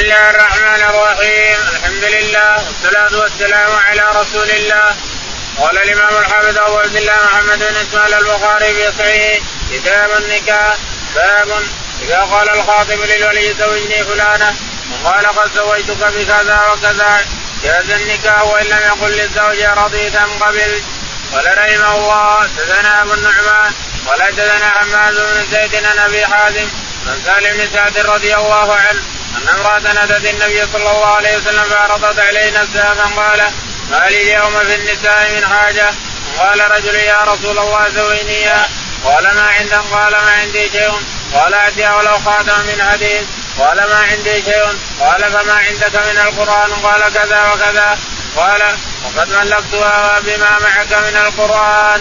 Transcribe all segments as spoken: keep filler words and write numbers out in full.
الله الرحمن الرحيم. الحمد لله والصلاة والسلام على رسول الله. قال الإمام الحافظ أبو عبد الله محمد بن إسماعيل البخاري في صحيح كتاب النكاح باب إذا قال الخاطب للولي زوجني فلانة وقال قد زوجتك بكذا وكذا جاز النكاح وإن لم يقل للزوجة رضيت أم قبلت. قال رحمه الله حدثنا أبو النعمان قال حدثنا حماد بن زيد عن أبي حازم عن سالم بن سعد رضي الله عنه أن امرأة أتت النبي صلى الله عليه وسلم فعرضت عليه نفسها فقال ما لي اليوم في النساء من حاجة. قال رجل يا رسول الله زوجني قال ما عندك؟ قال ما عندي شيء. قال أتيها ولو خاتم من حديد. قال ما عندي شيء. قال فما عندك من القرآن؟ قال كذا وكذا. قال وقد ملكتها بما معك من القرآن.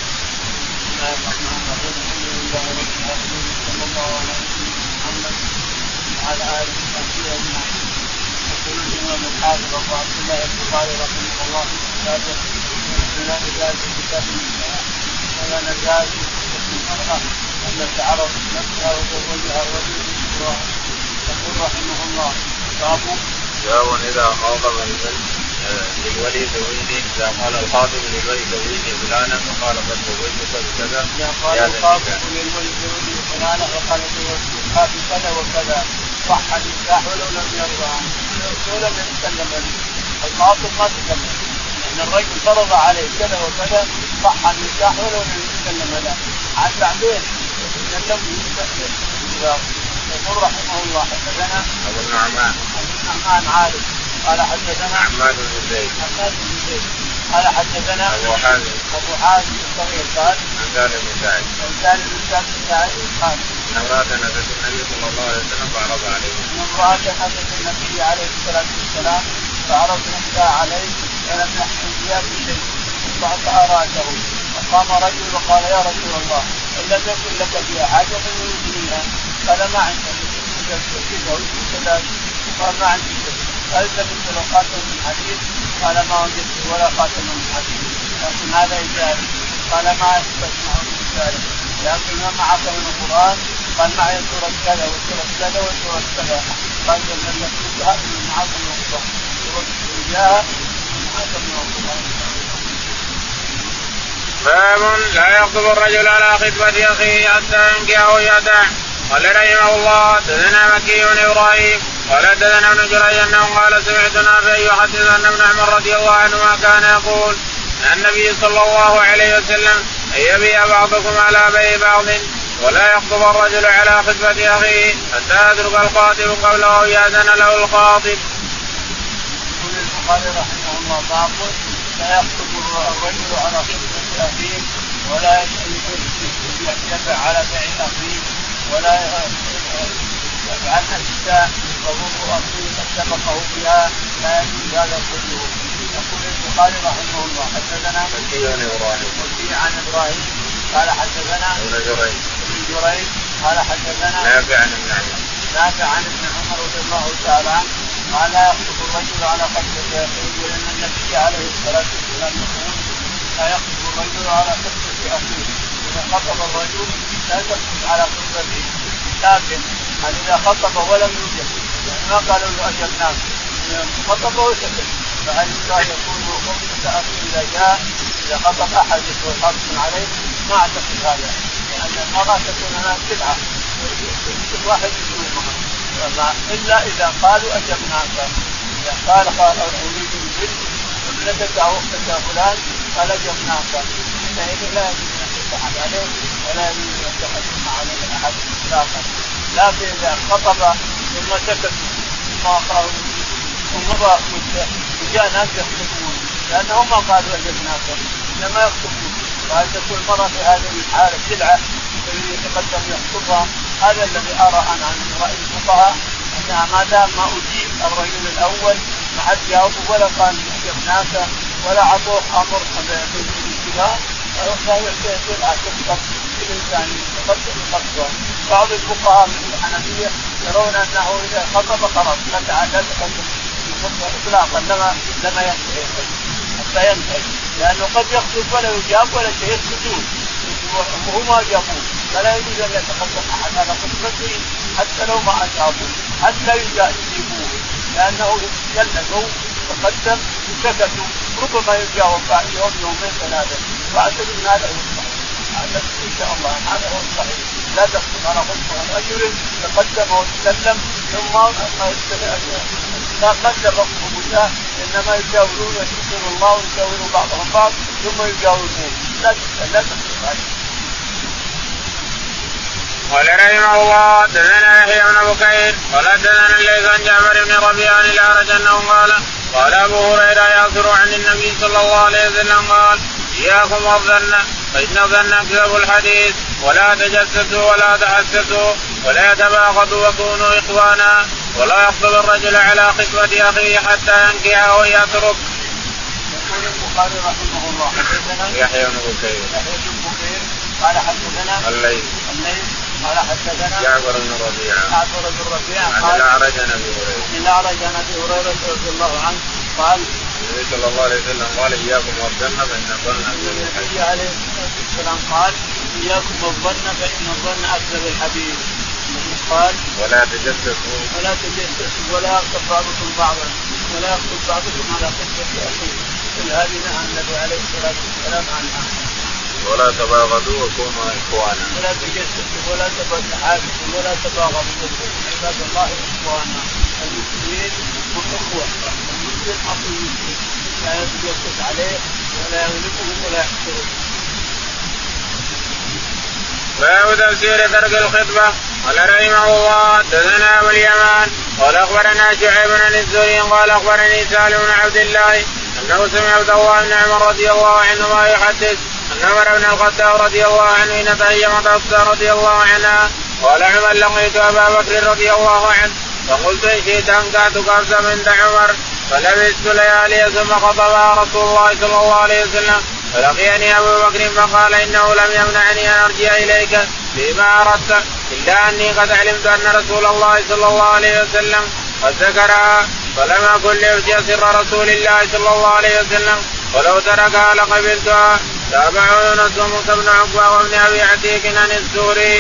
على آله وصحبه أجمعين. يقول الإمام الحافظ أبو عبد الله البخاري رحمه الله تعالى لا نزال في كتاب النكاح ولا نزال في قصة المرأة التي عرضت نفسها وزوجها الرجل بالقرآن. يقول رحمه الله باب باب إذا خاطب للولي زوجني إذا قال الخاطب للولي زوجني فلانا فقال قد زوجتك بكذا. إذا قال الخاطب للولي زوجني فلانا فقال زوجتك بكذا وكذا صح النكاح ولو لم يرضى عنه ولم يتكلم به. الخاطب ما تكلم لأن الرجل فرض عليه كذا وكذا صح النكاح ولو لم يتكلم له. عن بعدين يتكلم يستقبل. يقول رحمه الله حدثنا أبو النعمان أبو النعمان عارف قال حدثنا حماد بن زيد حماد بن زيد قال حدثنا أبو حازم أبو حازم الصغير قال عن سالم بن سعد عن سالم بن سعد قال أن امرأة أتت النبي صلى الله عليه وسلم فعرض عليه. أن امرأة أتت النبي عليه الصلاة والسلام فعرض نفسها عليه ولم يحكم فيها بشيء فأراده. فقام رجل وقال يا رسول الله إن لم يكن لك فيها حاجة فيها. قال ما عندك كذا قال ما عندي شيء. قال لبثت له خاتم من حديد. قال ما وجدت ولا خاتم من حديد لكن هذا إجابة. قال ما تسمع من ذلك لكن ما معك من القرآن؟ قال معي سورة كذا وسورة كذا وسورة كذا. قال من يكتبها من معك من القرآن سورة إجابة من معك من القرآن. باب لا يخطب الرجل على خطبة أخيه حتى ينكحه يدع. قال رحمه الله حدثنا مكي بن إبراهيم قال حدثنا ابن جريج أنه قال سمعت نافع يحدث أن ابن عمر رضي الله عنهما كان يقول أن النبي صلى الله عليه وسلم أن يبيع بعضكم على بيع بعض ولا يخطب الرجل على خطبة أخيه حتى يترك الخاطب قبله يأذن له الخاطب. يقول البخاري رحمه الله باب لا يخطب الرجل على خطبة أخيه ولا يبيع على بيع أخيه ولا يفعل النساء وضر أخيه قد سبقه بها لا يجوز هذا كله. يقول البخاري رحمه الله حدثنا مكي عن إبراهيم مكي عن إبراهيم قال حدثنا ابن جريج ابن جريج قال حدثنا نافع عن ابن عمر نافع عن ابن عمر رضي الله تعالى عنه قال لا يخطب الرجل على خطبة أخيه لأن النبي عليه الصلاة والسلام يقول لا يخطب الرجل على خطبة أخيه. إذا خطب الرجل لا تخطب على خطبته لكن إذا خطب ولم يوجد يعني ما قالوا له أجبناك خطب وسكت فهل يكون خطبة أخيه إذا جاء إذا خطب أحد يكون خاطب عليه ما أعتقد هذا لأن المرأة تكون هناك بدعة كل واحد يسوقها إلا إذا قالوا أجبناك. إذا قال قال أريد البنت ابنتك أو أختك فلان قال أجبناك فإذا لا يجوز أن يتحد عليه ولا يجوز أن يتحدث عليه أحد إطلاقا. لكن إذا خطب ثم سكت ثم قالوا ثم جاء ناس يخطبون لأنهم ما قالوا أجبناك لما يخطبون. وهل تكون المرأة في هذه الحالة سلعة الذي يتقدم يخطبها؟ هذا الذي أرى أنا عن رأي الفقهاء أنها ما دام ما أجيب الرجل الأول ما حد جاوبه ولا قال أجبناك ولا عطوه أمر بالاتباع فهي سلعة تخطب الإنسان يتقدم يخطبها. بعض الفقهاء من الحنفية يرون أنه إذا خطب خلاص لا تعدد إطلاقا لما لما ينتهي حتى ينتهي لأنه قد يخطب ولا يجاب ولا شيء يسكتون وهو ما جابوه فلا يجوز أن يتقدم أحد على خطبته حتى لو ما اجابوا حتى يجيبوه لانه جلدوا وقدم وسكتوا ربما يجاوب بعد يوم يومين ثلاثه واعتقد ان هذا هو الصحيح. هذا ان شاء الله هذا هو الصحيح. لا تحكم على خطبه رجل تقدم وتكلم ثم لا قدم خطبته انما يجاورون يشكر الله ويجاورون بعضهم بعض ثم يجاورون لا لا تحكم عليه. قال رحمه الله دثنا يحيى بن بكير قال دثنا الليث عن جعفر بن ربيعة الأعرج أنه قال قال أبو هريرة يأثر عن النبي صلى الله عليه وسلم قال إياكم والظن فإن الظن أكذب الحديث ولا تجسسوا ولا تحسسوا ولا تباغضوا وكونوا إخوانا ولا يخطب الرجل على خطبة أخيه حتى ينكحه ويترك. يقول البخاري رحمه الله حدثنا يحيى بن بكير يحيى بن بكير قال حدثنا الليث الليث قال حدثنا جعفر بن ربيعة جعفر بن ربيعة قال الأعرج عن أبي هريرة الأعرج عن أبي هريرة رضي الله عنه قال النبي صلى الله عليه وسلم قال إياكم والظن فإن الظن أكذب الحديث. النبي عليه الصلاة والسلام قال إياكم والظن فإن الظن أكذب الحديث. قال ولا تجسسوا ولا تجسسوا ولا يغتب بعضكم بعضا ولا يغتب بعضكم على خطبة أخيه. كل هذه نهى النبي عليه الصلاة والسلام عنها. ولا تباغضوا وكونوا إخوانا ولا تجسسوا ولا تحاسدوا ولا تباغضوا عباد الله إخوانا. المسلمين هم إخوة. المسلم أخو المسلم لا يتجسس عليه ولا يغلبه ولا يحقره. باب تفسير ترك الخطبة. قال رحمه الله دثنا أبو اليمان قال أخبرنا شعيب بن الزهري قال أخبرني سالم بن عبد الله أنه سمع عبد الله بن عمر رضي الله عنهما يحدث أن عمر بن الخطاب رضي الله عنه حين تهيمت حفصة رضي الله عنها قال عمر لقيت أبا بكر رضي الله عنه فقلت إن شئت أنكحتك حفصة بنت عمر فلبثت ليالي ثم خطبها رسول الله صلى الله عليه وسلم فلقيني أبو بكر فقال إنه لم يمنعني أن أرجع إليك فيما أردت إلا أني قد علمت أن رسول الله صلى الله عليه وسلم قد ذكرها فلم أكن لأفشي سر رسول الله صلى الله عليه وسلم ولو تركها لقبلتها. تابعه يونس وموسى بن عقبة وابن أبي عتيق عن الزهري.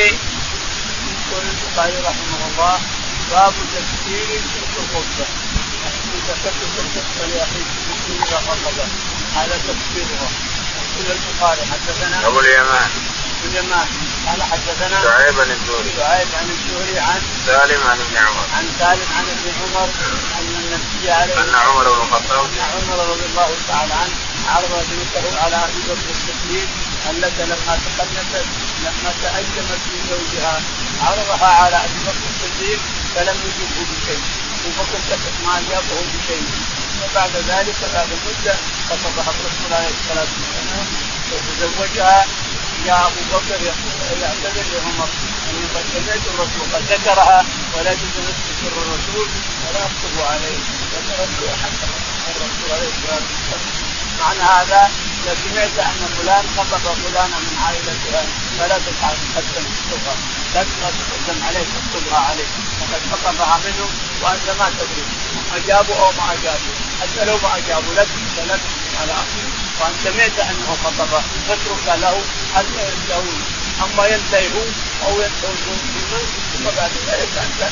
يقول البخاري رحمه الله باب تفسير الخطبة. إذا كتب الخطبة لأخيك إذا خطبه هذا تفسيرها. يقول البخاري حدثنا أبو اليمان اليمان قال حدثنا شعيب بن الزهري شعيب عن الزهري عن سالم عن ابن عمر عن سالم عن ابن عمر أن النبي عليه أن عمر بن الخطاب أن عمر رضي الله تعالى عنه عرض بنته على أبي بكر الصديق التي لما تقنتت لما تأيمت من زوجها عرضها على أبي بكر الصديق فلم يجبه بشيء وبكر سكت ما أجابه بشيء. وبعد ذلك بعد مدة خطبها الرسول عليه الصلاة والسلام وتزوجها. يا أبو بكر يعتذر لعمر أنه قد سمعت الرسول قد ذكرها ولا تجوز سر الرسول ولا يخطب عليه وتركه حتى الرسول عليه الصلاة والسلام. معنى هذا إذا سمعت أن فلان خطب فلانا من عائلتها فلا تفعل تقدم خطبها لا تقدم عليه تخطبها عليه وقد خطبها منهم وأنت ما تدري أجابوا أو ما أجابوا حتى لو ما أجابوا لا تسأل على أخيه وأن سمعت أنه خطبه فاترك له حتى ينتهون أما ينتهون أو ينتهون ثم بعد ذلك أنت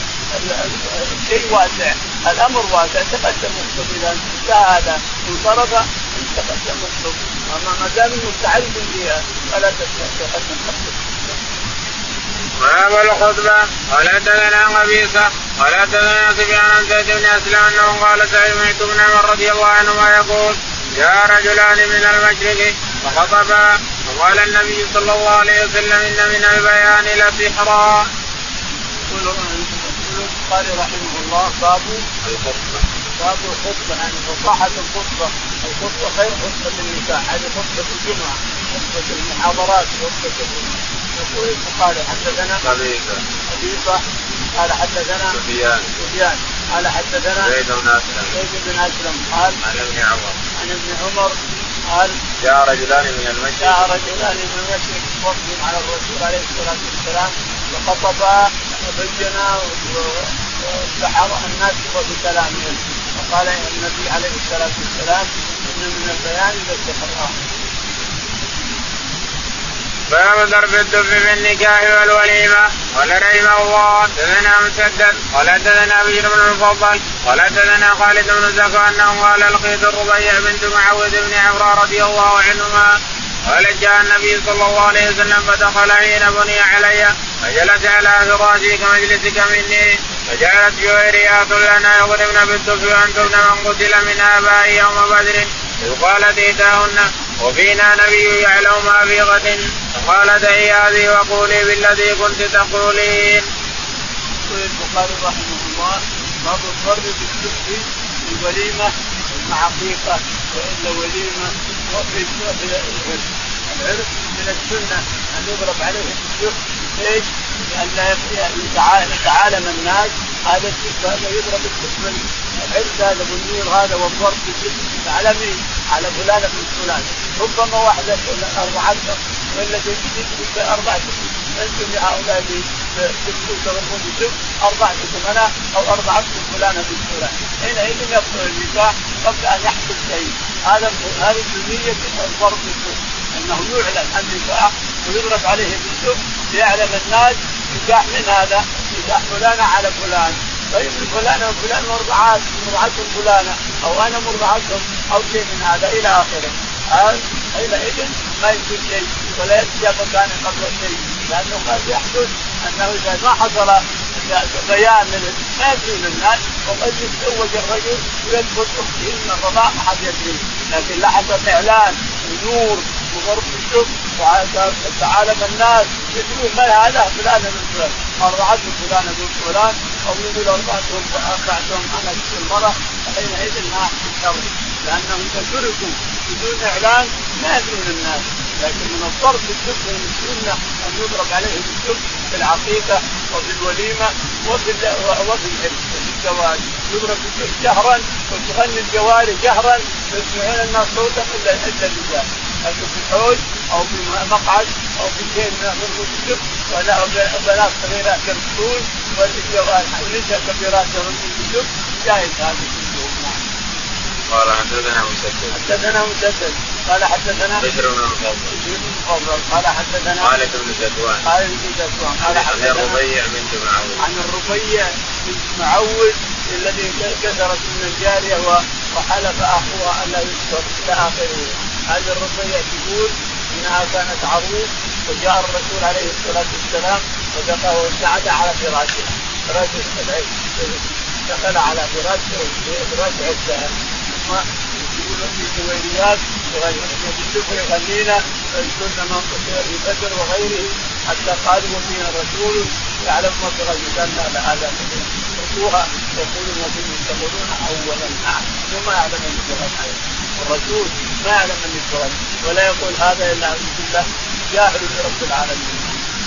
الشيء واسع الأمر واسع تقدم اخطب إذا انتهى هذا انصرف تقدم اخطب أما ما دام مستعد بها فلا تقدم اخطب. باب الخطبة. قال حدثنا قبيصة قال حدثنا سفيان عن زيد بن أسلم أنه قال سمعت ابن عمر رضي الله عنهما يقول جاء رجلان من المشرق فخطبا فقال النبي صلى الله عليه وسلم إن من البيان لسحرا. يقول البخاري رحمه الله باب الخطبة باب الخطبة يعني فصاحة الخطبة. الخطبة خير خطبة النساء هذه خطبة الجمعة خطبة المحاضرات خطبة. يقول البخاري حدثنا قبيصة قبيصة قال حدثنا سفيان سفيان قال حدثنا زيد بن أسلم زيد بن أسلم قال عن ابن عمر عن ابن عمر قال جاء رجلان من المشرق جاء رجلان من المشرق وفد على الرسول عليه الصلاة والسلام وخطبا وبينا وسحر الناس بكلامهم وقال النبي عليه الصلاة والسلام إن من البيان للسحر. باب ضرب الدف في النكاح والوليمه. قال رحمه الله حدثنا مسدد قال حدثنا بشر بن المفضل قال حدثنا خالد بن زكوان انه قال لقيت الربيع بنت معوذ بن عمرو رضي الله عنهما قال جاء النبي صلى الله عليه وسلم فدخل حين بني علي فجلس على فراشي كمجلسك مني فجعلت جويريات لنا يضربن بالدف وانتم من قتل من ابائي يوم بدر إذ قالت إحداهن وفينا نبي يعلم ما في غد فقالت هي هذه وقولي بالذي كنت تقولين. يقول البخاري رحمه الله باب الضرب بالدف في الوليمه مع عقيقه والا وليمه وفي العرس من السنه ان يضرب عليه بالدف ليش؟ لان لا يتعالم الناس هذا الدف هذا يضرب بالدف العرس هذا والنور هذا والضرب بالدف على مين؟ على فلان بن فلان ربما واحده اربعه ولا تجد اربعه انتم يا هؤلاء تضربون بالدف اربعتكم انا او اربعه فلان بن فلان حينئذ يبطل النكاح قبل ان يحصل شيء. هذا هذه سنيه الضرب بالدف انه يعلن النكاح ويضرب عليه بالدف ليعلم الناس نكاح من هذا نكاح فلانه على فلان. طيب فلانه وفلان مرضعات مرضعتهم فلانه او انا مرضعتهم او شيء من هذا الى اخره. حينئذ ما يمكن شيء ولا يتجاب كان قبل شيء لانه قد يحدث انه اذا ما حصل بيان ما يدري الناس وقد يتزوج الرجل ويدخل اخته من الرضاع ما حد يدري لكن لحظه اعلان ونور وضرب الدف وتعالم الناس يقولون ما هذا فلان من فلان ارضعته فلان من فلان او يقول ارضعتهم ارضعتهم انا في المراه حينئذ ما يحصل لانهم تركوا بدون اعلان ما يدرون الناس. لكن من الضرب بالدف من السنه ان يضرب عليه بالدف في العقيقه وفي الوليمه وفي وفي الجواز يضرب بالدف جهرا وتغني الجواري جهرا يسمعون الناس صوتا الا الا الرجال لكن في الحوش او في مقعد او في شيء من الدف ولا بنات صغيرات كالطول والجواري ونساء كبيرات يضربون بالدف جائز هذا. قال حدثنا مسدد حدثنا مسدد قال حدثنا بشر بن المفضل قال حدثنا خالد بن زكوان خالد بن زكوان قال حدثنا عن الربيع بنت معوذ عن الربيع بنت معوذ الذي كسرت من الجاريه وحلف اخوها الا يذكر الى اخره. هذه الربيع تقول انها كانت عروس وجاء الرسول عليه الصلاه والسلام ودخل وسعد على فراشها فراش العيد دخل على فراش فراش عدها ثم يقولون في جويريات يشوفوا يغنينا ويقولون من قتل في بدر وغيره حتى قالوا وفينا الرسول يعلم ما في غير على هذا يقولوها يقولون وفينا يقولون اولا ثم يعلم ان يقول الرسول ما يعلم ان يقول ولا يقول هذا الا بالله جاهل برب العالمين.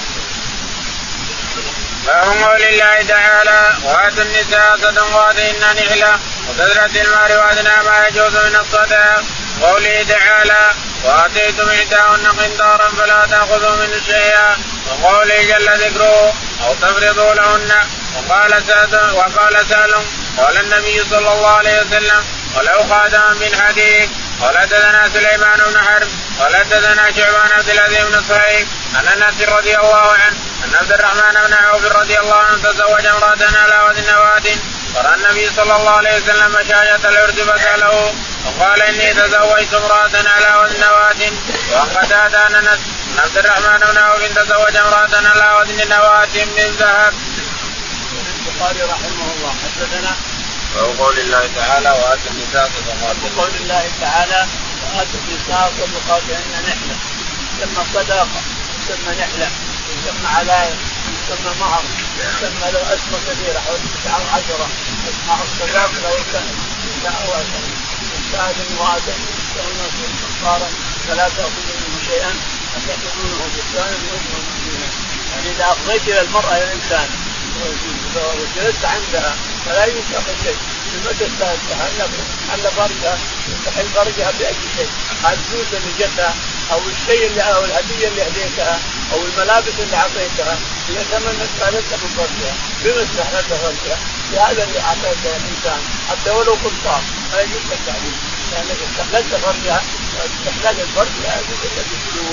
باب قول الله تعالى وآتوا النساء صدقاتهن نحلة وكثرة المال وأدنى ما يجوز من الصدقة. قوله تعالى وآتيتم إحداهن قنطارا فلا تأخذوا منه شيئا. وقوله جل ذكره أو تفرضوا لهن. وقال سعد وقال سالم قال النبي صلى الله عليه وسلم ولو خاتما من حديد. قال حدثنا سليمان بن حرب قال حدثنا شعبان عبد العزيز بن صهيب عن انس رضي الله عنه ان عبد الرحمن بن عوف رضي الله عنه تزوج امرأة على وزن نواة فرأى النبي صلى الله عليه وسلم شاية العرس فسأله وقال اني تزوجت امرأة على وزن نواة. وقد اتى انس ان عبد الرحمن بن عوف تزوج امرأة على وزن نواة من ذهب. البخاري رحمه الله حدثنا وقول الله تعالى وآتوا النساء صدقاتهن. وقول الله تعالى وآتوا النساء صدقاتهن نحلة ثم صداقة ثم نحلة ثم علاية ثم مهر ثم لو أسمى كثيرة أو تسعة عشرة اسمع الصداق لو كان تسعة عشرة الثالث وآتوا صارا فلا تأخذوا منه شيئا فتأخذونه بستانا ويجمع مسلما. يعني إذا أفضيت إلى المرأة الإنسان وجلست عندها فلا يتأخذ شيء لما تستاهلها على فرجها تحل فرجها بأي شيء الفلوس اللي جتها أو الشيء اللي أو الهدية اللي هديتها أو الملابس اللي أعطيتها هي ثمن استهلتها من فرجها بما استهلتها فرجها بهذا اللي أعطيتها الإنسان حتى ولو كنت صار لا يجوز التعليم لأنك استهلت فرجها استهلاك الفرج لا يجوز الفلوس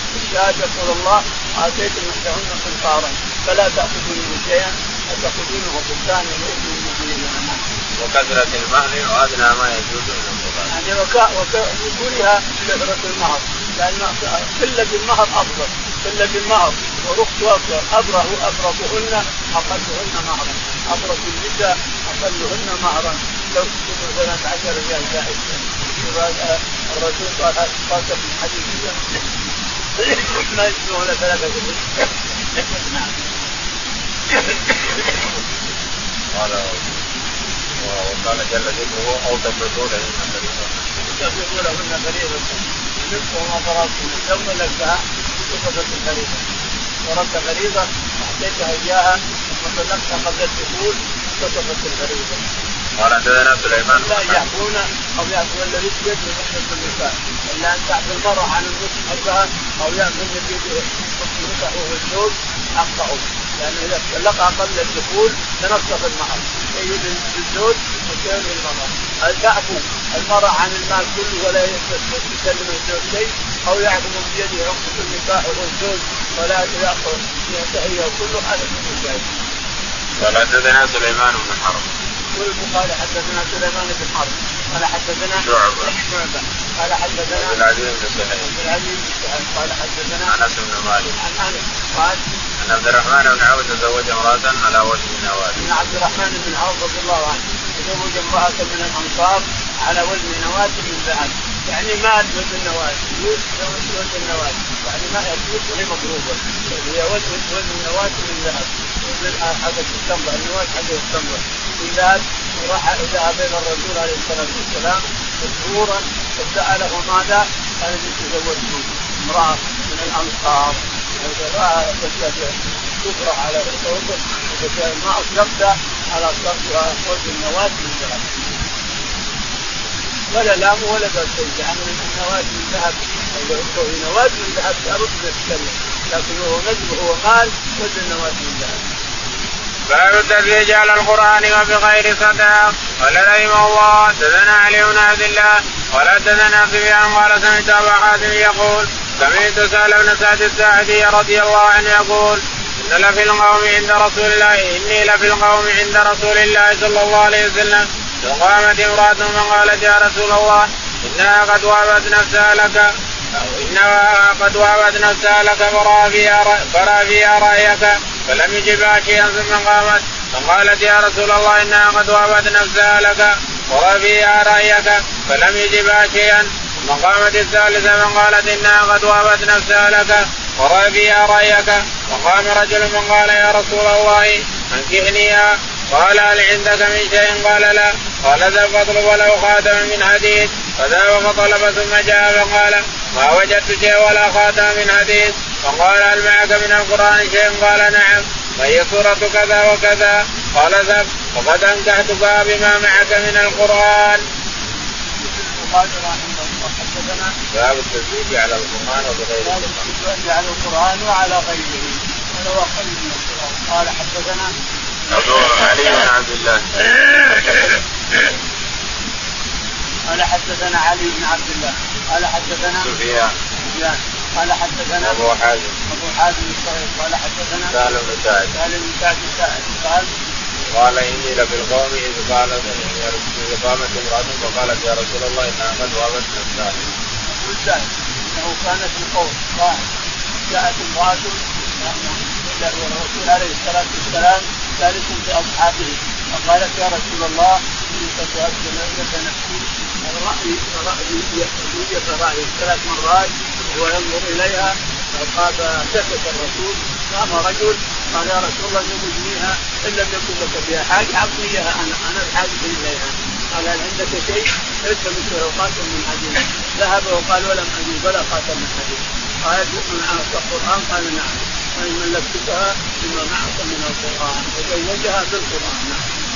الشاهد يقول الله آتيتم إحداهن قنطارا فلا تأخذوا منه شيئا وتأخذونه بهتانا وإثما مبينا. وكثرة المهر وأدنى ما يجوز من القرآن. يعني وكا وكورها كثرة المهر لأن قلة المهر أفضل قلة المهر ورخص أفضل أبره أبرهن أقلهن مهرا أبرز النساء أقلهن مهرا لو كنت ثلاث عشر ريال زائد. الرسول قال قال في الحديث ما يجوز ولا ثلاثة ريال. قال وقال جل ذكره أو تفرضوا لهن فريضة تفرضوا لهن فريضة نصف ما فرضتم يوم لك كتبت الفريضة ورد فريضة أعطيتها إياها وطلقتها قبل الدخول كتبت الفريضة. قال حدثنا سليمان لا يعفون أو يعفو الذي بيده نصف النساء إلا أن تعفو المرأة عن النصف حقها أو يعفو الذي بيده نصف النساء وهو الزوج حقه لأنه إذا طلقها قبل الدخول تنصف المهر يجب للزوج وكان للمرأة. هل تعفو المرأة عن المال كله ولا يسلم الزوج شيء أو يعفو من بيده عقدة النكاح وهو الزوج ولا يأخذ ينتهي كله هذا من الجائز. قال حدثنا سليمان بن حرب والبخاري حدثنا سليمان بن حرب قال حدثنا شعبة قال حدثنا عبد العزيز بن سهيل عبد العزيز بن سهيل قال حدثنا أنس بن مالك عن أنس قال أن عبد الرحمن بن عوف تزوج امرأة على وجه نواة. أن عبد الرحمن بن عوف رضي الله عنه تزوج امرأة من الأنصار على وزن نواة من ذهب يعني مال وزن نواة وزن نواة يعني ما يجوز وهي مضروبة هي وزن وزن نواة من ذهب وزن حاجة التمر النواة حاجة التمر من ذهب. وراح إذا بين الرسول عليه الصلاة والسلام مسرورا وسأله ماذا قال تزوجت امرأة من الأنصار رأى كفر على رسوله ما أطلقت على وزن النواة من ذهب ولا لام ولا بلسل يعني النواة من ذهب نواة من ذهب تعرف تتكلم لكن هو نجم هو مال وزن النواة من ذهب. باب التزويج على القرآن وبغير صداق. قال رحمه الله حدثنا علي بن عبد الله قال حدثنا سفيان قال سمعت أبا حازم يقول سمعت سهل بن سعد الساعدي رضي الله عنه يقول إن لفي القوم عند رسول الله إني لفي القوم عند رسول الله صلى الله عليه وسلم فقامت امرأة فقالت يا رسول الله إنها قد وهبت نفسها لك إنها قد وهبت نفسها لك فرأى فيها رأيك فلم يجبها شيئا ثم قامت فقالت يا رسول الله إنها قد وهبت نفسها لك ورأى فيها رأيك فلم يجبها شيئا ثم قامت الثالثة فقالت إنها قد وهبت نفسها لك ورأى فيها رأيك وقام رجل فقال يا رسول الله أنكحنيها قال هل عندك من شيء قال لا قال ذهب فاطلب له خاتم من حديد فذهب فطلب ثم جاء فقال ما وجدت شيء ولا خاتم من حديد فقال هل معك من القرآن شيء قال نعم وهي سورة كذا وكذا قال ذهب وقد أنكحتك بما معك من القرآن. باب التزويج على القرآن وبغيره على القرآن وعلى غيره ولا وقل من القرآن. قال حدثنا أبو علي بن عبد الله قال حدثنا علي بن عبد الله قال حدثنا سفيان قال حدثنا أبو حازم أبو حازم الصغير قال حدثنا سهل بن سعد سهل بن سعد الساعدي قال قال إني لفي القوم إذ قالت إذ قامت امرأة فقالت يا رسول الله إنها قد وهبت نفسها. والثاني أنه كان في القوم قال جاءت امرأة والرسول عليه الصلاة والسلام ثالث في أصحابه فقالت يا رسول الله إني قد وهبت نفسي الرأي رأي رأي ثلاث مرات وهو ينظر إليها فقال سكت الرسول قام رجل قال يا رسول الله زوجنيها إن لم يكن لك بها حاجة أعطني إياها أنا أنا الحاجة إليها. قال هل عندك شيء؟ ليس مثل خاتم من حديد. ذهب وقال ولم أجد ولا خاتم من حديد. قال تؤمن على القرآن؟ قال نعم. وإن ملكتها بما معك من القرآن وزوجها بالقرآن.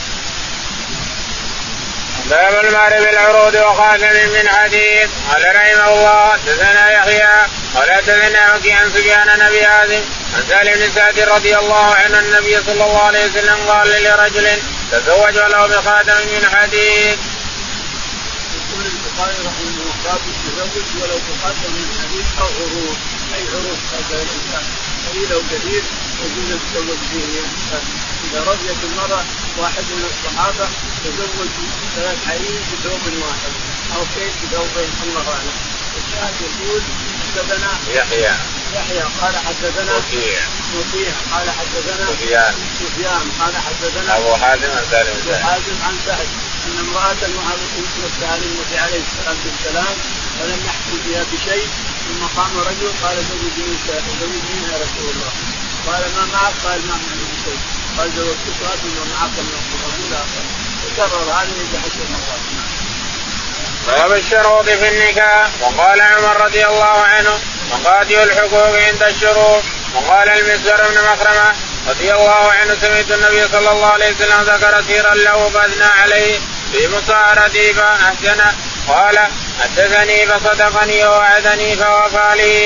باب المهر بالعروض وخاتم من حديد. قال رحمه الله حدثنا يحيى قال حدثنا وكيع عن سفيان بن ابي حازم عن سالم بن سعد رضي الله عنه النبي صلى الله عليه وسلم قال لرجل تزوج له بخاتم من حديد. يقول البخاري رحمه الله تزوج ولو بخاتم من حديد او عروض اي عروس هذا الانسان قليل او كثير يجوز يتزوج به الانسان. اذا رضيت المراه واحد من الصحابه تزوج ثلاث حريم بثوب واحد او كيف بثوبين الله اعلم. الشاهد يقول حدثنا يحيى يحيى قال حدثنا وكيع وكيع قال حدثنا سفيان سفيان قال حدثنا ابو حازم عن سالم ابو حازم عن سعد ان امراه معاويه بنت النبي عليه الصلاه والسلام ولم يحكم بها بشيء ثم قام رجل قال زوجني زوجني يا رسول الله قال ما معك قال ما معي شيء قال زوجتك بما معك من القران لا تكرر هذه بعشر مرات. باب الشروط في النكاح. وقال عمر رضي الله عنه مقادير الحقوق عند الشروط. وقال المسور بن مخرمة رضي الله عنه سمعت النبي صلى الله عليه وسلم ذكر سيرا له فاثنى عليه في مصارتي فأحسن قال حدثني فصدقني ووعدني فوفى لي.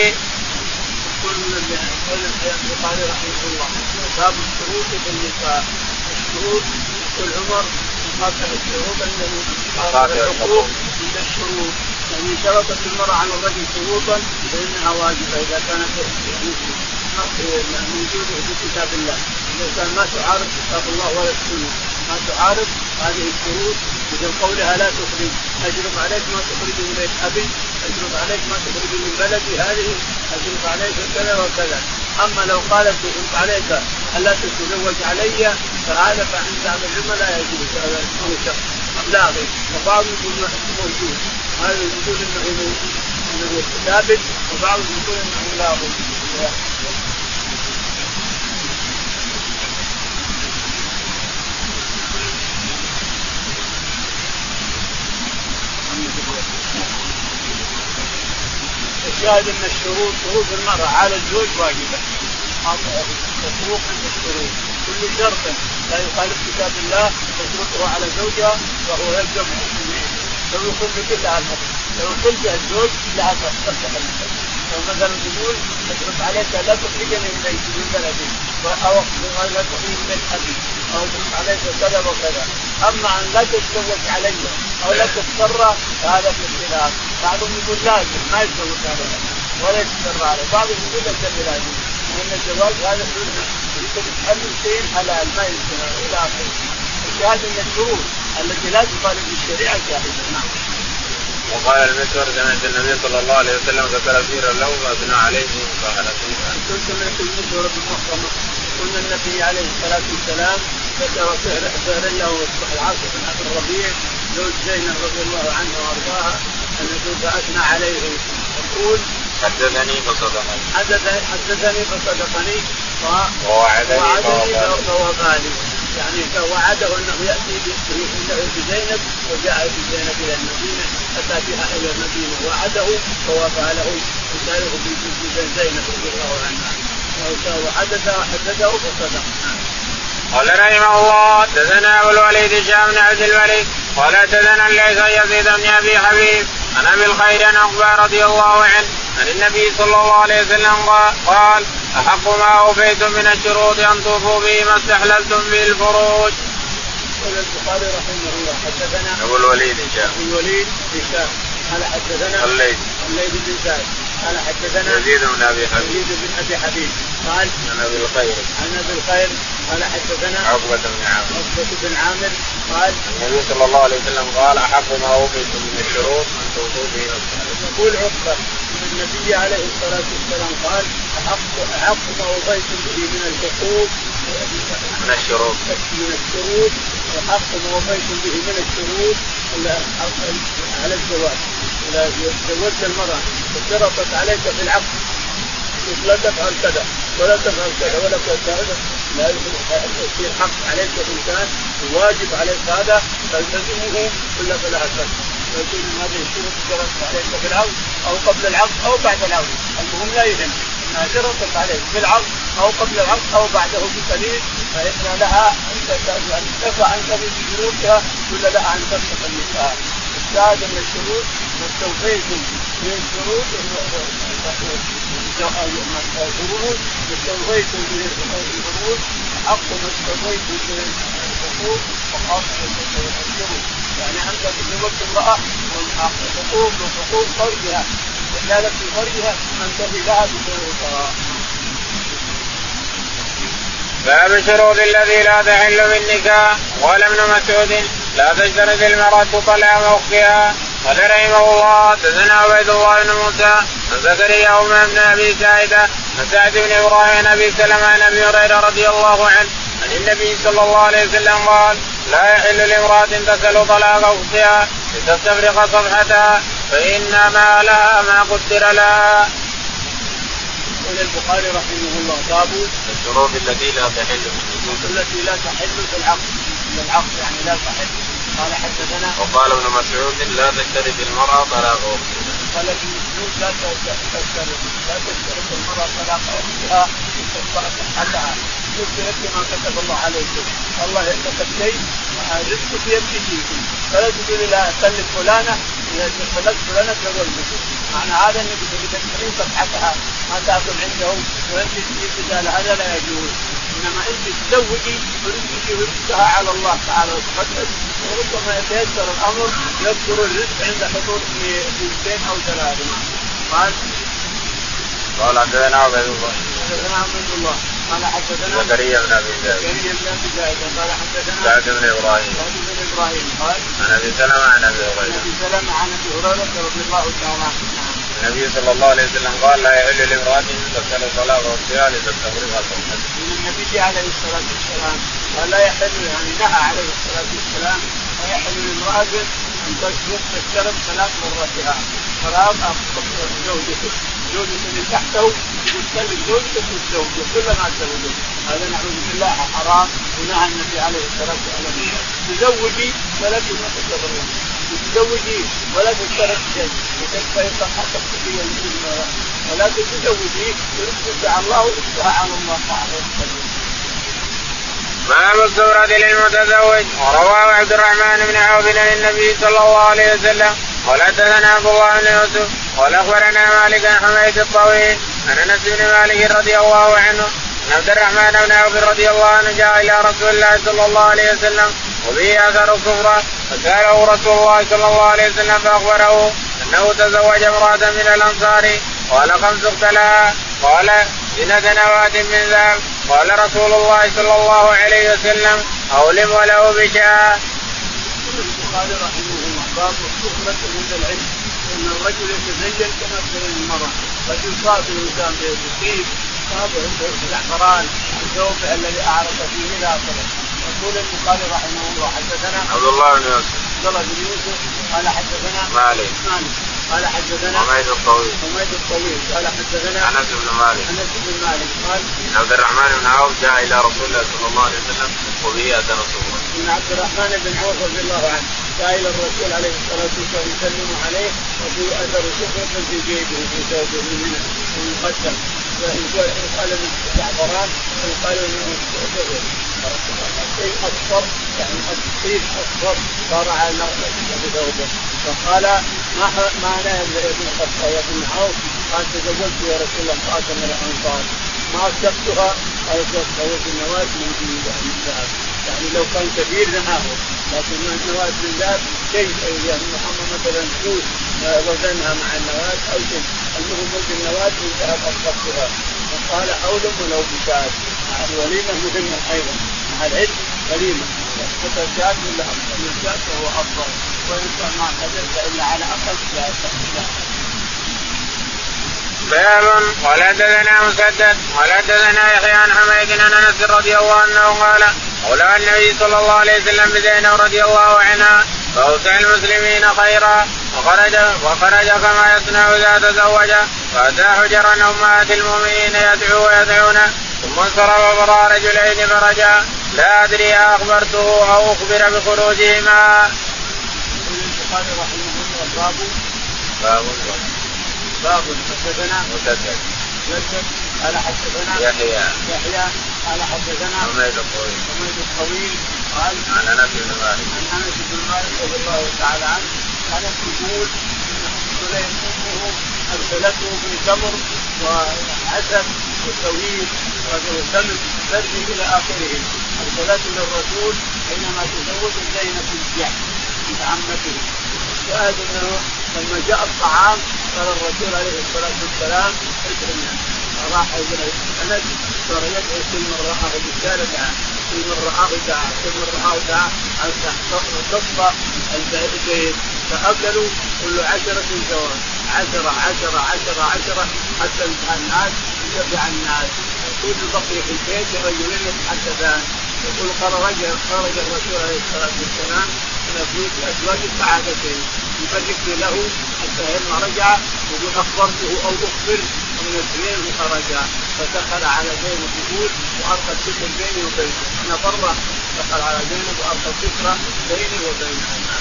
يقول البخاري رحمه الله باب الشروط في النكاح. الشروط يقول عمر مقاطع الشروط انه الحقوق عند الشروط يعني شرطت المرأة على الرجل شروطا فإنها واجبة إذا كانت موجودة في كتاب الله. إذا كان ما تعارض كتاب الله ولا السنة ما تعارض هذه الشروط مثل قولها لا تخرج أجرب عليك ما تخرج من بيت أبي أجرب عليك ما تخرج من بلدي هذه أجرب عليك كذا وكذا. أما لو قالت أجرب عليك ألا تتزوج علي فهذا فعند بعض العلماء لا يجوز هذا شرط لاغي وبعض يقول موجود هذا يقول انه انه ثابت وبعض يقول انه لاغي. الشاهد ان الشروط شروط المرأة على الزوج واجبة. حقوق الشروط كل شرط لا يخالف كتاب الله يشرطه على زوجها وهو يلزم لو يقول بكل هذا لو قلت الزوج لا تصح لو مثلا تقول اشرط عليك لا تخرجني من بيتي من بلدي او لا تخرجني من بيت ابي او اشرط عليك كذا وكذا. اما ان لا تتزوج علي او لا تضطر هذا في الخلاف. بعضهم يقول لازم ما يتزوج عليه ولا يضطر عليه بعضهم يقول لك لازم لأن الزواج هذا يكون حل شيء حلال ما يمكن إلى آخره. الشهادة من الشروط التي لا تخالف الشريعة جائزة. نعم. وقال المسور سمعت النبي صلى الله عليه وسلم ذكر سيرا له فأثنى عليه مصاحبته. كنت سمعت المسور بن مخرمة قلنا النبي عليه الصلاة والسلام ذكر سير له العاص بن أبي الربيع زوج زينب رضي الله عنها وأرضاها أنه فأثنى عليه يقول حدثني فصدقني حدثني فصدقني ووعدني فوفاني يعني وعده انه ياتي بزينب وجاء بزينب الى المدينه اتى بها الى المدينه وعده فوفى له وساله بزينب رضي الله عنها وحدث حدثه فصدق. قال رحمه الله حدثنا ابو الوليد هشام بن عبد الملك قال حدثنا الليث يزيد بن ابي حبيب عن ابي الخير عن عقبه رضي الله عنه عن النبي صلى الله عليه وسلم قال احق ما اوفيتم من الشروط ان توفوا به ما استحللتم به الفروج. قال البخاري رحمه الله حدثنا ابو الوليد هشام ابو الوليد هشام قال حدثنا الليث الليث بن سعد قال حدثنا يزيد بن ابي حبيب يزيد بن ابي حبيب قال عن ابي الخير عن ابي الخير قال حدثنا عقبة بن عامر عقبة بن عامر قال النبي صلى الله عليه وسلم قال احق ما اوفيتم من الشروط ان توفوا به ما استحللتم. يقول عقبة النبي عليه الصلاة والسلام قال أحق أحق ما أوفيتم به من الحقوق من الشروط من الشروط وحق ما أوفيتم به من الشروط على الزواج. إذا تزوجت المرأة واشترطت عليك في العقد لا تفعل كذا ولا تفعل كذا ولا كذا لا يصير حق عليك الإنسان واجب عليك هذا تلتزمه ولا فلا أكثر. يقول هذه الشروط شرطت عليك في العقد أو قبل العقد أو بعد العقد المهم لا يهم أنها شرطت عليك في العقد أو قبل العقد أو بعده بقليل فإن لها أن تدفع عنك بشروطها ولا لها أن تفسخ النكاح. الشاهد من الشروط ما استوفيتم من الشروط الفروض استوفيتم من الفروض حق ما استوفيتم من الحقوق وخاصة الشروط يعني أنت تزوجت امرأة حقوق وحقوق فرجها وكانت في فرجها انتهي لها بشروطها. باب شروط الذي لا تحل بالنكاح. قال ابن مسعود لا تشترط المرأة طلاق اختها. قال رحمه الله حدثنا عبيد الله بن موسى عن زكريا بن ابي سعيده عن سعد بن ابراهيم عن ابي سلمة عن ابي هريره رضي الله عنه عن النبي صلى الله عليه وسلم قال لا يحل لامرأة تسأل طلاق اختها لتستفرق صفحتها فإنما لها ما قدر لها. قال البخاري رحمه الله باب الشروط التي لا تحل التي لا تحل في العقد العقد يعني لا تحل. قال حدثنا وقال ابن مسعود لا تشترط المرأة طلاق اختها. قال ابن مسعود لا تشترط لا تشترط المرأة طلاق اختها حتى يشترط ما كتب الله عليك. الله كتب شيء رزقك يبتدي فلا تقول لا سلف فلانه اذا سلفت فلانه تزوجك. معنى هذا انك تشترين صفحتها ما تاكل عندهم وانت تجيب هذا لا يجوز. انما انت تزوجي ورزقك ورزقها على الله تعالى وتقدس وربما يتيسر الامر يذكر الرزق عند حضور في اثنين او ثلاثه. قال قال حدثنا عبيد الله حدثنا عبيد الله قال حدثنا زكريا بن ابي زائدة قال حدثنا سعد بن ابراهيم سعد بن ابراهيم قال عن ابي سلمة عن ابي هريره ابي سلمة عن ابي هريره رضي الله تعالى عنه. النبي صلى الله عليه وسلم قال لا يحل لامرأة تسأل طلاق اختها لتستفرغ صفحتها. النبي عليه الصلاة والسلام قال لا يحل يعني نهى عليه الصلاة والسلام لا يحل لامرأة أن تشترط ثلاث مراتها طلاق زوجته زوجته من تحته تستلم زوجته والزوجة كلما تزوجه. هذا نعوذ بالله حرام ونهى النبي عليه الصلاة والسلام. تزوجي ولا تتزوجي تتزوجي ولا تشترط شيء وتكفي صحتك في المرأة ولا تتزوجي ورزقك على الله ورزقها على الله تعالى. باب الزورة للمتزوج. ورواه عبد الرحمن بن عوف عن النبي صلى الله عليه وسلم قال حدثنا عبد الله بن يوسف قال اخبرنا مالك عن حميد الطويل عن انس بن مالك رضي الله عنه ان عبد الرحمن بن عوف رضي الله عنه جاء الى رسول الله صلى الله عليه وسلم وبه اثر الصفرة فسأله رسول الله صلى الله عليه وسلم فاخبره انه تزوج امرأة من الانصار قال خمس اختلها قال زنة نواة من ذهب. قال رسول الله صلى الله عليه وسلم أولم وله بشاء. قال رحمه الله باب الصحبة عند العلم ان الرجل يتزين كما تزين المرأة. رجل صاب الانسان بيده صاب الزعفران الثوب الذي اعرف فيه الى اخره. يقول البخاري رحمه الله حدثنا عبد الله بن يوسف عبد الله بن يوسف قال حدثنا مالك مالك قال حدثنا حميد الطويل حميد الطويل قال حدثنا انس بن مالك انس بن مالك قال عبد الرحمن بن عوف جاء الى رسول الله صلى الله عليه وسلم وبه اثر الصفرة. ان عبد الرحمن بن عوف رضي الله عنه جاء الى الرسول عليه الصلاه والسلام يسلم عليه وفي اثر صفرة في جيبه في ثوبه من المقدم قال من زعفران وقال من شيء اصفر يعني الطيب اصفر صار على ثوبه. فقال ما ما انا يا ابن خطه يا ابن عوف قال تزوجت يا رسول الله امرأة من الانصار ما اصبتها قال تزوجت النواة من ذهب يعني لو كان كبير نهاه لكن النواة من ذهب شيء يعني محمد مثلا فلوس وزنها مع النواة او شيء المهم النواة من ذهب اصبتها. فقال اولم ولو بشاة مع الوليمه مهمه ايضا مع العلم وليمه فتشاة ولا افضل من شاة فهو افضل وإن ما قدرت إلا على أقل شيء. باب قال حدثنا مسدد قال حدثنا يحيى عن حميد عن انس رضي الله عنه قال قال النبي صلى الله عليه وسلم بزينب رضي الله عنها فأوصى المسلمين خيرا وخرج وخرج كما يصنع اذا تزوج فاتى حجرا امهات المؤمنين يدعو ويدعون ثم انصرف فراى رجلين فرجا لا ادري اخبرته او اخبر بخروجهما. قال رحمه الله باب باب باب حدثنا مسدد مسدد قال حدثنا يحيى يحيى قال حدثنا حميد الطويل حميد الطويل قال عن انس بن مالك عن انس بن مالك رضي الله تعالى عنه قال يقول سليم امه ارسلته بتمر وعسل وسويد وسمن برد الى اخره ارسلته للرسول حينما تزوج زينب بنت جحش بنت عمته. شاهد انه لما جاء الطعام قال الرسول عليه الصلاة والسلام ادعنا راح إلى السند صار يدعو كل من رآه بالرجال دعا كل من رآه دعا كل من رآه دعا أن تصفى البيت فأكلوا كل عشرة زوال عشرة عشرة عشرة عشرة حتى الناس يتبع الناس كل بقي في البيت رجلين يتحدثان يقول خرج خرج الرسول عليه الصلاة والسلام من بيوت أزواج الصحابتين يبرك له حتى لما رجع يقول أخبرته أو أخبر من الاثنين خرج فدخل على زينب يقول وألقى الستر بيني وبينه أنا برا دخل على زينب وألقى الستر بيني وبينها.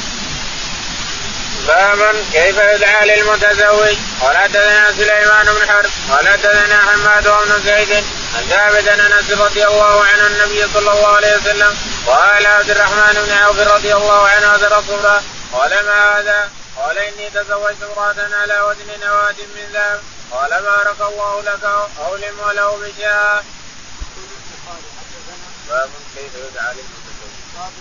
باب كيف يدعى للمتزوج. قال حدثنا سليمان بن حرب قال حدثنا حماد بن زيد عن ثابت عن انس رضي الله عنه النبي صلى الله عليه وسلم قال عبد الرحمن بن عوف رضي الله عنه هذا رسول قال ما هذا قال اني تزوجت امرأة على وزن نواة من ذهب قال بارك الله لك اولم ولو بشاء. باب كيف يدعى للمتزوج.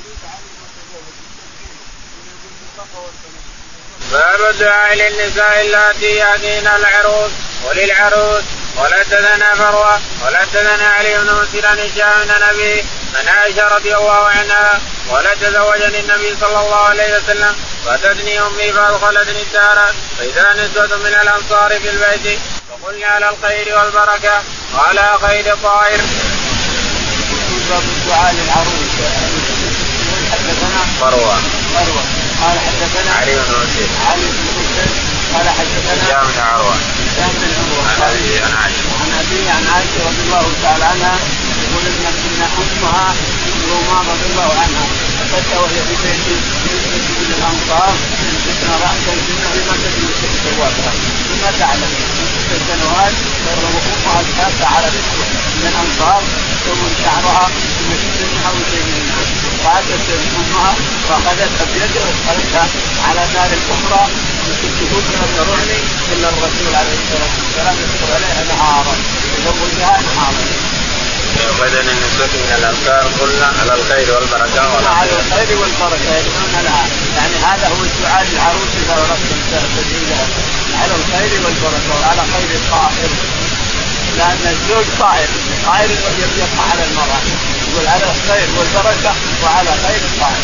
باب الدعاء للنساء اللاتي يأتين العروس وللعروس. قال حدثنا فروة قال حدثنا علي بن مسير عن هشام بن أبي عن عائشة رضي الله عنها قال تزوجني النبي صلى الله عليه وسلم فاتتني أمي فأدخلتني الدار فإذا نسوة من الأنصار في البيت فقلنا على الخير والبركة وعلى خير طائر. باب الدعاء للعروس. حدثنا فروة فروة قال حدثنا علي بن مسير علي بن مسير قال حدثنا هشام بن عروة هشام بن عروة عن أبي عن عائشة عن أبي عن عائشة رضي الله تعالى عنها يقول إن أمها رومان رضي الله عنها فتى وهي في بيت من الأنصار فتنا رأسا في ما تدري سواتها ثم تعلم ست سنوات قرروا أمها الحاسة على نسوة من الأنصار تسوي شعرها ثم تسمها وتجنها فأتت أمها فأخذتها بيدها وادخلتها على دار الأخرى وتكتبون من الرعني إلا الرسول عليه الصلاة والسلام يذكر عليها نهارا يزوجها نهارا. وبدن النسوة من الأنصار قلنا على الخير والبركة على الخير والبركة يدعون لها يعني هذا هو الدعاء للعروس إذا أردت تدعي لها على الخير والبركة وعلى خير الطاهر لأن الزوج طاهر طاهر الذي يقع على المرأة يقول على الخير والبركة وعلى خير الطاهر.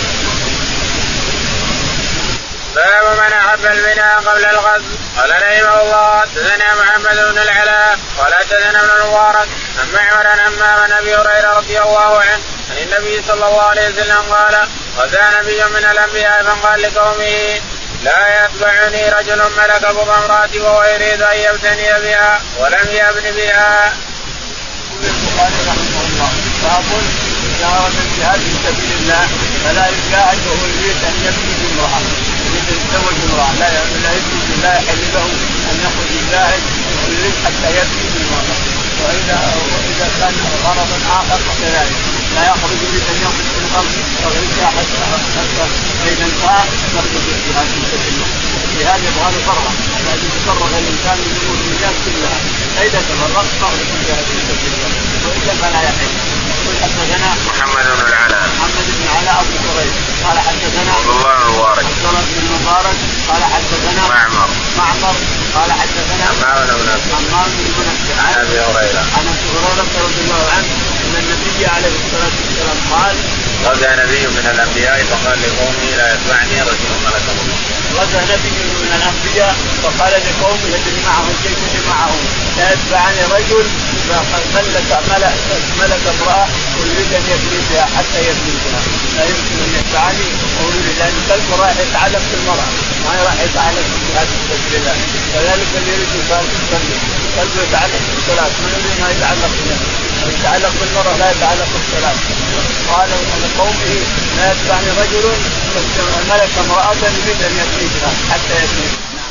باب من أحب البناء قبل الغزو. قال رحمه الله حدثنا محمد بن العلاء قال حدثنا ابن المبارك عن معمر عن همام عن أبي هريرة رضي الله عنه عن النبي صلى الله عليه وسلم قال غزا نبي من الأنبياء فقال لقومه لا يتبعني رجل ملك بضع امرأتي وهو يريد أن يبتني بها ولم يبن بها. البخاري رحمه الله باب إذا أراد الجهاد في سبيل الله فلا يجاهد وهو يريد أن يبني بامرأة يريد أن يتزوج امرأة لا لا يجوز لا يحل له أن يخرج يجاهد ويريد حتى يبني بامرأة. وإذا وإذا كان غرضا آخر فكذلك لا يخرج يريد أن يخرج في الأرض ويجاهد حتى بين النساء يخرج الجهاد في سبيل الله. الجهاد يبغى له فرغ لازم يتفرغ الإنسان من أمور الرجال كلها إذا تفرغ فرغ الجهاد في سبيل الله وإلا فلا يحل. حدثنا محمد بن العلاء محمد بن العلاء أبو كريم قال حدثنا عبد الله بن المبارك عبد الله بن المبارك قال حدثنا معمر معمر قال حدثنا حمام بن منبه حمام بن منبه عن أبي هريرة عن أبي هريرة رضي الله عنه أن النبي عليه الصلاة والسلام قال غزا نبي من الأنبياء فقال لقومه لا يتبعني رجل ملك الله. غزا نبي من الأنبياء فقال لقومه الذي معه الجيش اللي معه لا يتبعني رجل ملك ملك ملك امرأة ويريد أن يبني بها حتى يبني بها لا يمكن أن يتبعني ويريد لأن الكلب راح يتعلق بالمرأة ما راح يتعلق بهذه التجربة كذلك اللي يريد يصلي الكلب يتعلق بالصلاة من يريد ما يتعلق بها يتعلق بالمرأة لا يتعلق بالصلاة. قال لقومه لا يتبعني رجل ملك امرأة يريد أن يبني بها حتى يبني.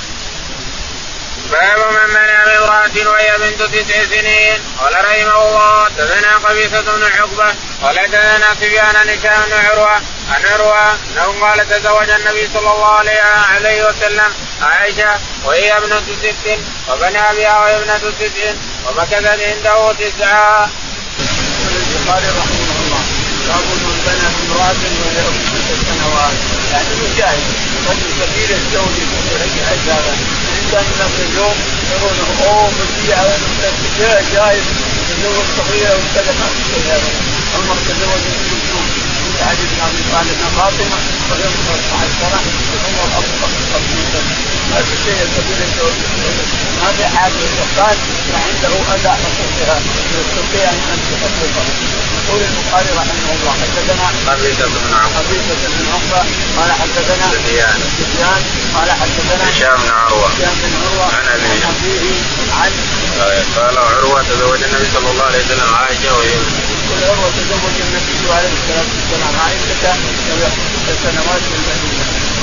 باب من منع بامرأة وهي بنت تسع سنين. قال رحمه الله حدثنا قبيصة بن عقبة قال حدثنا سفيان عن هشام بن عروة عن عروة انه قال تزوج النبي صلى الله عليه وسلم عائشة وهي ابنة ست وبنى بها وهي ابنة تسع ومكثت عنده تسعة. البخاري رحمه الله باب من بنى بامرأة وهي ابنة ست سنوات يعني مجاهد رجل كبير الزوج يقول هذا كان الناس اليوم يقولون اوه مسيح جاي جاي تزوج صغيره وكذا ما في هذا. عمر تزوج من كلثوم في علي بن ابي طالب فاطمه وهي أربعة عشر سنه وعمر اكبر خمسين سنه. ما في شيء كبير يتزوج ما في حاجه يقال عنده اذى حقوقها تستطيع ان تحققها. يقول البخاري رحمه الله حدثنا قبيصة بن عقبة قبيصة بن عقبة قال حدثنا سفيان سفيان قال حدثنا هشام بن عروة هشام بن عروة عن أبيه عن قال عروة تزوج النبي صلى الله عليه وسلم عائشة وهي يقول عروة تزوج النبي عليه الصلاة والسلام عائشة وهي ست سنوات في المدينة.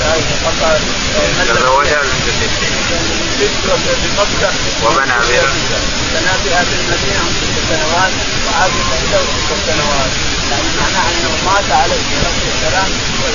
تزوجها بنت ست بمكة وبنى بها بنى بها في المدينة ست سنوات وعاش عنده ست سنوات. يعني معناه أنه مات عليه الصلاة والسلام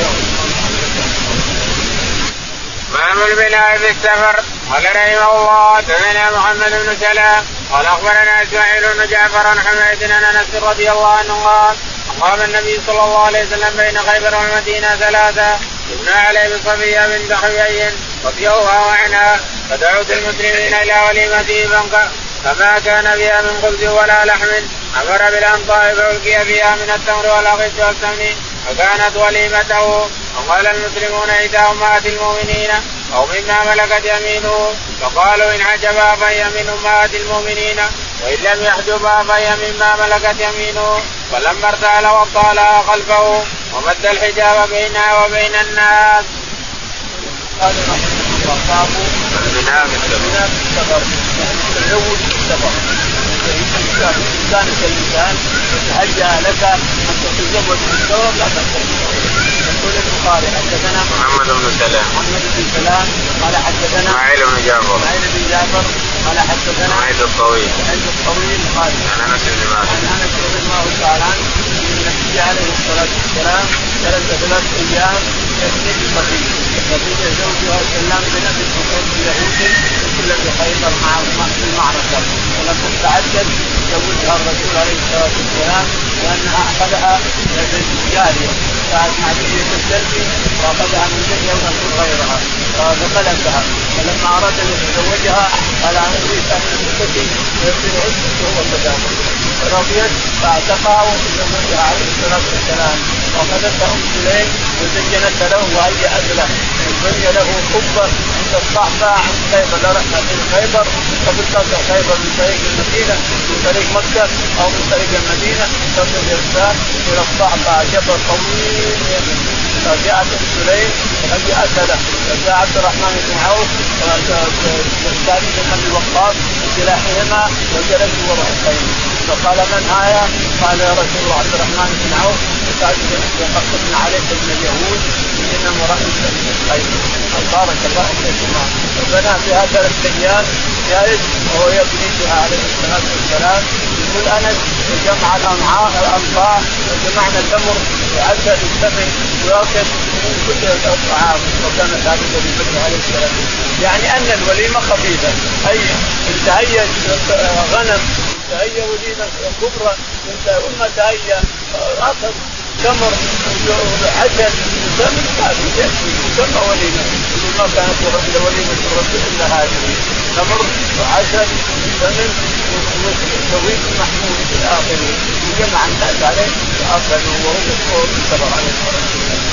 باب البناء في السفر. قال رحمه الله حدثنا محمد بن سلام قال اخبرنا اسماعيل بن جعفر عن حميد عن انس رضي الله عنه قال قام النبي صلى الله عليه وسلم بين خيبر والمدينه ثلاثه يبنى عليه بصفيه بنت حيي رضي الله عنها فدعوت المسلمين الى وليمته فما كان فيها من خبز ولا لحم امر بالانطاء فالقي فيها من التمر والاغث والسمن فكانت وليمته. وقال المسلمون إذا أمهات المؤمنين أو مما ملكت يمينه فقالوا إن حجبها فهي من أمهات المؤمنين وإن لم يحجبها فهي مما ملكت يمينه. فلما ارتحل وطالها خلفه ومد الحجاب بينها وبين الناس. قال رحمه الله البناء بالسفر يعني تزوج بالسفر. كان الإنسان يتهيأ لك أن تتزوج بالسفر لا تتزوج. يقول البخاري حدثنا محمد بن سلام محمد بن سلام قال حدثنا اسماعيل بن جعفر اسماعيل بن جعفر قال حدثنا سعيد الطويل سعيد الطويل قال عن انس بن مالك عن انس رضي الله تعالى عنه النبي عليه الصلاه والسلام جلس ثلاث ايام يبني بصفيه صفيه زوجها سلام بن ابي الحسين اليهودي وكل بخيبر مع في المعركه ولما تعدد زوجها الرسول عليه الصلاه والسلام لانها اخذها جاريه كانت معديه السلبي واخذها من جهه ونصر غيرها فقلتها فلما اراد ان يتزوجها قال انا اريد ان تسكتي ويصير عشق وهو تداول فرضيت فاعتقها وتزوجها عليه الصلاه والسلام واخذتها ام سليم وزينت له وهيأت له وبني له قبه عند الصحفه عند خيبر لا رحنا في خيبر قبل تصل خيبر من طريق المدينه من طريق مكه او من طريق المدينه تصل الارسال الى الصحفه جبل طويل فجاءت ام سليم فجاءت له فجاء عبد الرحمن بن عوف وسعد بن ابي وقاص بسلاحهما وجلسوا وراء الخيل فقال من هايا؟ قال يا رسول الله عبد الرحمن بن عوف وسعد بن عليك من اليهود انهم وراء الخيل بارك الله فيكما. وبنى فيها ثلاث ايام جالس وهو يبني بها عليه الصلاه والسلام. يقول انس جمع الامعاء الانفاء وجمعنا التمر وعسل السمن واكل من كل الطعام وكان ثابت ببكر عليه السلام. يعني ان الوليمه خفيفه اي تهيأ غنم تهيأ وليمه كبرى ثم تهيأ اخذ تمر وعسل وسمن ثابت يكفي ثم وليمه. ما كانت وليمه الرسول الا هذه تمر وعسل وسمن وطويل محمود في الاخر وجمع الناس عليه واكلوا وهو بالصبر عليه الصلاه والسلام.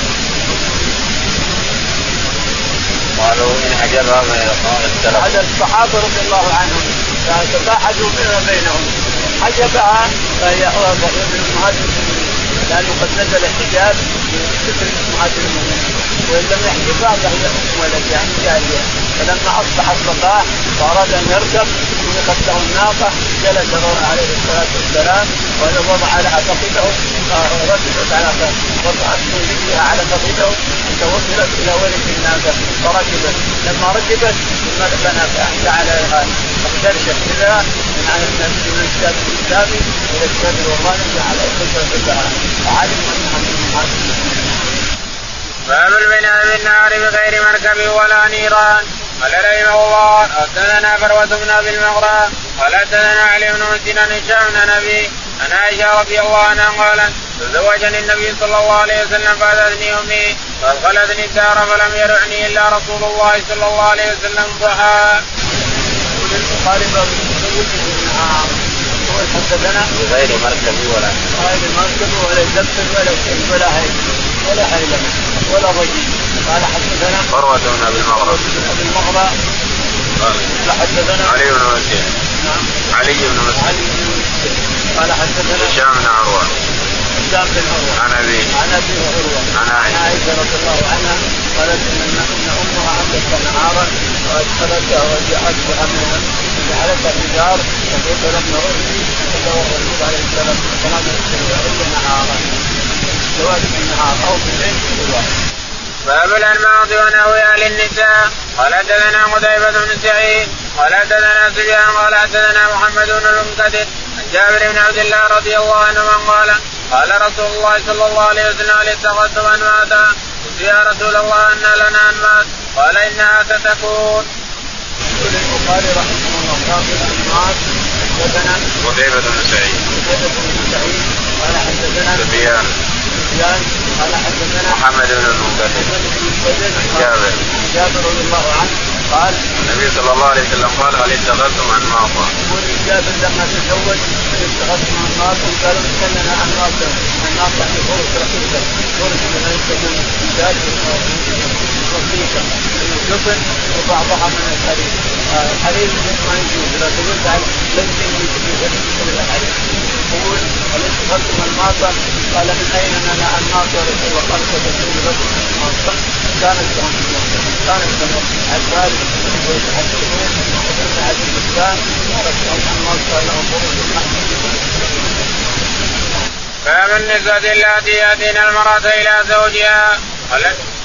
قالوا إن حجبها فهي هذا الصحابة رضي الله عنهم تباحثوا بينهم بينهم حجبها فهي من أمهات المؤمنين لأنه قد نزل الحجاب من ستر أمهات المؤمنين وإن لم يحجبها فهي أم ولد يعني جارية. فلما أصبح الصباح وأراد أن يركب ونقت له الناقة جلس عليه الصلاة والسلام ووضع على فخذه وركبت على وضعت رجلها على فخذه وتوصلت إلى ولد الناقة فركبت. لما ركبت بنى فأعلى فاخترشت كذا من على النبي من الكتاب الإسلامي إلى الكتاب الوطني على الخطة بها وعلم أنها من المحاسن. باب البناء بالنار بغير مركب ولا نيران. قال رحمه الله حدثنا فروة بن ابي المغرى قال حدثنا علي بن مسلم هشام بن ابي عن عائشة رضي الله عنها قالت تزوجني النبي صلى الله عليه وسلم فأتتني أمي فأدخلتني الدار فلم يرعني إلا رسول الله صلى الله عليه وسلم ضحى. البخاري باب التزوج بالنهار يقول حدثنا غير مركب ولا غير مركب ولا دبس ولا شيء ولا حيل ولا حيل ولا ضجيج. قال حدثنا فروة بن أبي المغرى أبي المغرى قال حدثنا علي بن مسيح نعم علي بن مسيح قال حدثنا هشام بن عروة هشام بن عروة عن أبي عن أبي عروة عن عائشة رضي الله عنها قالت إن أمها عملت نهارا وأدخلتها وجعلتها منها جعلتها في دار تقول لم نرني فدور الرسول عليه الصلاة والسلام يستمر نهارا زواج النهار أو بالليل في الوقت. باب الأنماط ونحوها للنساء. قال حدثنا قتيبة بن سعيد قال حدثنا سفيان قال حدثنا محمد بن المنكدر عن جابر بن عبد الله رضي الله عنهما قال قال رسول الله صلى الله عليه وسلم هل اتخذتم أنماطا؟ قلت يا رسول الله أن لنا أنماط؟ قال إنها ستكون. يقول البخاري رحمه الله باب الأنماط. حدثنا قتيبة بن سعيد قتيبة بن سعيد قال حدثنا سفيان قال حدثنا محمد بن المنكدر عن جابر جابر رضي الله عنه قال النبي صلى الله عليه وسلم قال هل اتخذتم أنماطا؟ يقول جابر لما تزوج اتخذتم أنماطا قالوا اتكلنا أنماطا أنماط يعني فرص رقيقة فرص من يستخدم الزجاج رقيقة من الجبن وبعضها من الحرير. الحرير ما يجوز لا تقول عن ليس يجوز مثل الحرير. يقول هل اتخذتم أنماطا؟ قال من أين لنا أنماط يا رسول الله؟ قال فتكون لكم أنماطا كانت لهم كانت لهم عباد ويتحدثون وكان هذا الإنسان رسول أنماط قال لهم فرص. باب النسوة اللاتي يأتين المرأة إلى زوجها.